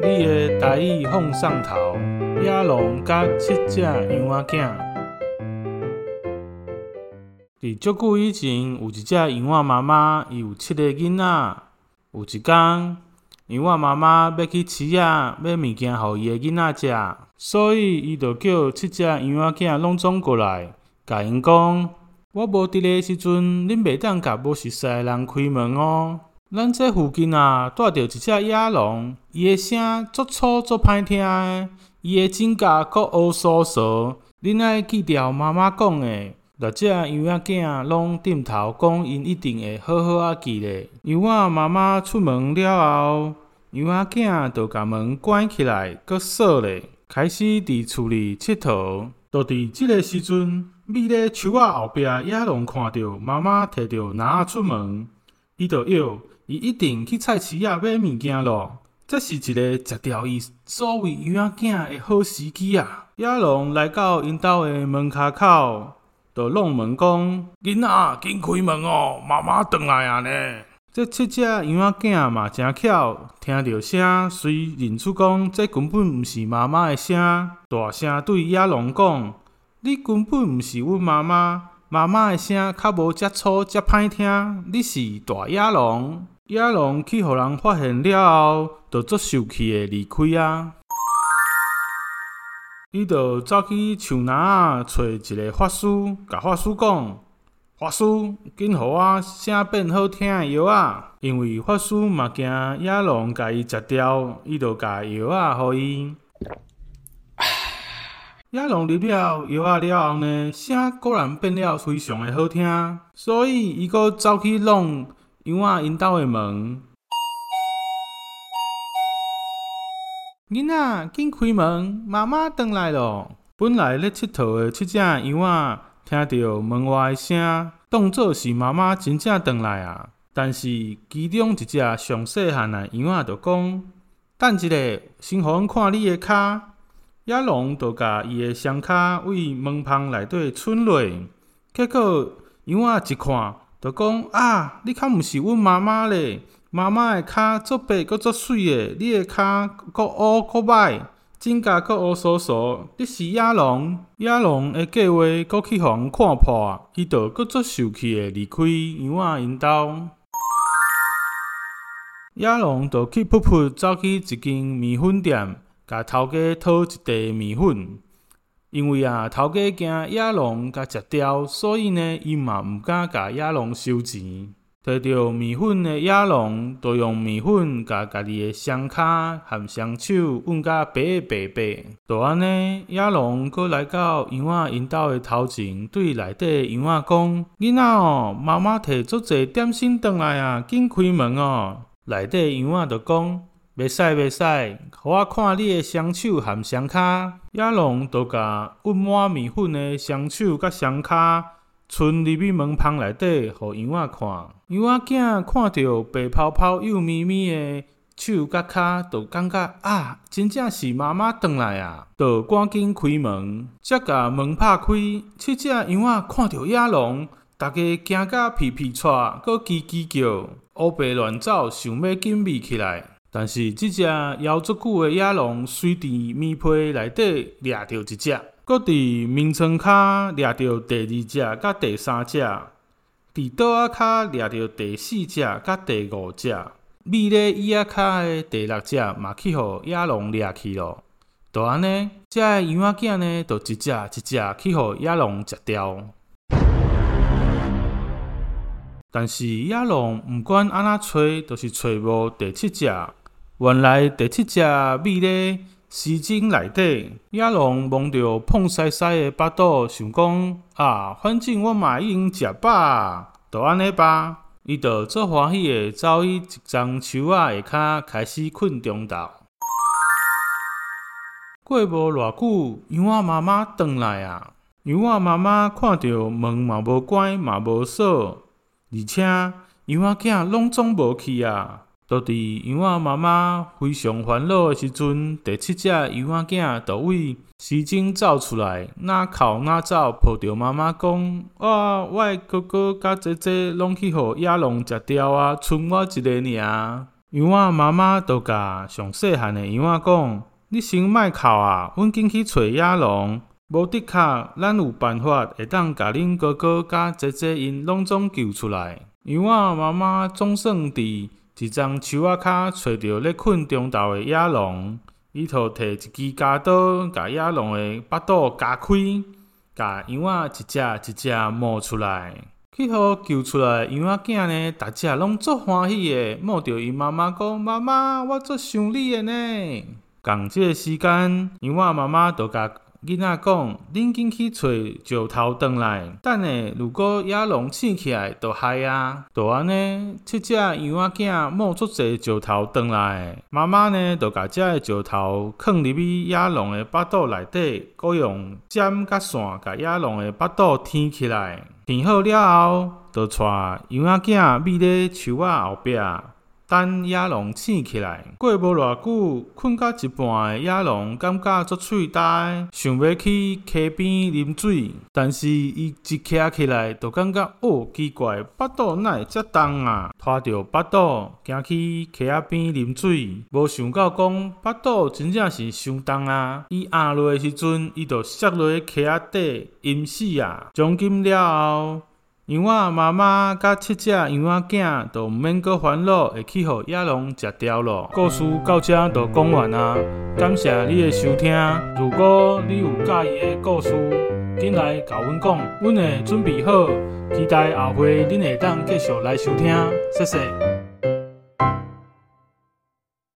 你的台语放送头，野狼甲7只羊仔囝。伫足久以前，有一只羊仔妈妈，伊有7个囡仔。有一天，羊仔妈妈要去市仔买物件，互伊的囡仔食，所以伊就叫7只羊仔囝拢总过来，甲因讲：我无伫的时阵，恁袂当甲无熟识的人开门哦。咱这附近住着一只野狼，伊的声足粗足歹听的，伊的指甲阁乌酥酥。恁爱记牢妈妈讲的。6只羊仔囝拢点头讲，因一定会好好记咧。羊仔妈妈出门了后，羊仔囝就甲门关起来，阁锁咧，开始伫厝里佚佗。就伫这个时阵，米咧树仔后壁，野狼看到妈妈摕着篮仔出门，伊就摇。伊一定去菜市仔买物件咯，这是一个食掉伊所有羊仔囝的好时机啊！野狼来到因兜的门骹口，就弄门讲：囡仔，紧开门哦，妈妈回来啊呢！这7只羊仔囝嘛真巧，听到声，随认出讲，这根本毋是妈妈的声，大声对野狼讲：你根本毋是阮妈妈，妈妈的声较无遮粗遮歹听，你是大野狼。野狼去互人发现了后，就足受气的离开啊！伊就走去树林找一个法师，甲法师讲：法师，紧互我声变好听的药啊！因为法师嘛惊野狼甲伊食掉，伊就甲药啊互伊。野狼入了药啊了后呢，声果然变了非常的好听，所以伊阁走去弄羊仔因兜的门，囡仔紧开门，妈妈回来咯。本来咧佚佗的7只羊仔听到门外的声，当作是妈妈真正回来啊。但是其中一只上细汉的羊仔就讲：等一下，先互阮看你的骹。野狼就甲伊的双骹为门缝内底伸落，结果羊仔一看。就讲啊，你较毋是阮妈妈咧！妈妈的骹足白阁足水的，你的骹阁乌阁歹，指甲阁乌酥酥。你是野狼？野狼的计划阁去互人看破，伊就阁足受气的离开羊仔因兜。野狼就去噗噗走去一间面粉店，甲头家讨一袋面粉。因为头家惊野狼甲食掉，所以呢，伊嘛毋敢甲野狼收钱。摕到面粉的野狼，就用面粉甲家己的双骹和双手运甲白白。就安尼，野狼阁来到羊仔因兜的头前，对内底羊仔讲：囡仔哦，妈妈摕足济点心回来啊，紧开门哦！内底羊仔就讲：袂使，互我看你的双手和双骹。野狼就甲运满面粉的双手甲双骹，伸入去门缝内底，互羊仔看。羊仔囝看到白泡泡、幼咪咪的手甲骹，就感觉啊，真正是妈妈回来啊！就赶紧开门，才甲门拍开。7只羊仔看到野狼，大家惊甲屁屁喘，阁叽叽叫，乌白乱走，想要紧密起来。但是这只枵足久的野狼，随伫棉被内底掠到一只，搁伫眠床骹掠到第2只甲第3只，伫桌仔骹掠到第4只甲第5只，米咧椅仔骹的第6只嘛去互野狼掠去咯。就安尼，这个羊仔囝呢，就一只一只去互野狼食掉。但是野狼毋管安怎找，就是找无第7只。原来第7只米咧丝巾内底，野狼望着碰西西的巴肚，想讲啊，反正我嘛已经食饱啊，就安尼吧。伊就足欢喜的走去一丛树仔下骹，开始困中昼。过无偌久，羊仔妈妈回来啊！羊仔妈妈看到门嘛无关，嘛无锁。而且羊仔囝拢总无去啊！就伫羊仔妈妈非常烦恼的时阵，第7只羊仔囝就为丝巾走出来，哪哭哪走，抱着妈妈讲：我的哥哥甲姐姐拢去互野狼食掉啊，剩我一个尔。 羊仔妈妈就甲上细汉的羊仔讲：你先莫哭啊，阮紧去找野狼。无的确，咱有办法会当甲恁哥哥甲姐姐因拢总救出来。羊仔妈妈总算伫一丛树仔骹找到咧困中昼的野狼，伊就摕一支夹刀，甲野狼的巴肚夹开，甲羊仔一只一只摸出来。去互救出来的羊仔囝呢，大只拢足欢喜的，摸着因妈妈讲：妈妈，我足想你的呢。共即个时间，羊仔妈妈就甲囡仔讲：恁紧去找石头转来，等下如果野狼醒起来，就害啊！就安尼，7只羊仔囝摸足侪石头转来，妈妈呢就甲这个石头放入去野狼的巴肚内底，搁用针甲线甲野狼的巴肚填起来。填好了后，就带羊仔囝秘咧树仔后壁。等野狼醒起来，过无偌久，困到一半的野狼感觉足喙焦，想要去溪边啉水，但是伊一徛起来，就感觉奇怪，巴肚哪会遮重啊？拖着巴肚行去溪仔边啉水，无想到讲巴肚真正是伤重啊！伊压落的时阵，伊就摔落溪仔底，淹死啊！从今了后。羊仔妈妈甲7只羊仔囝就毋免阁烦恼会去互野狼食掉咯。故事到这就讲完啊，感谢你的收听。如果你有介意的故事，紧来甲阮讲，阮会准备好，期待后回恁会当继续来收听。谢谢。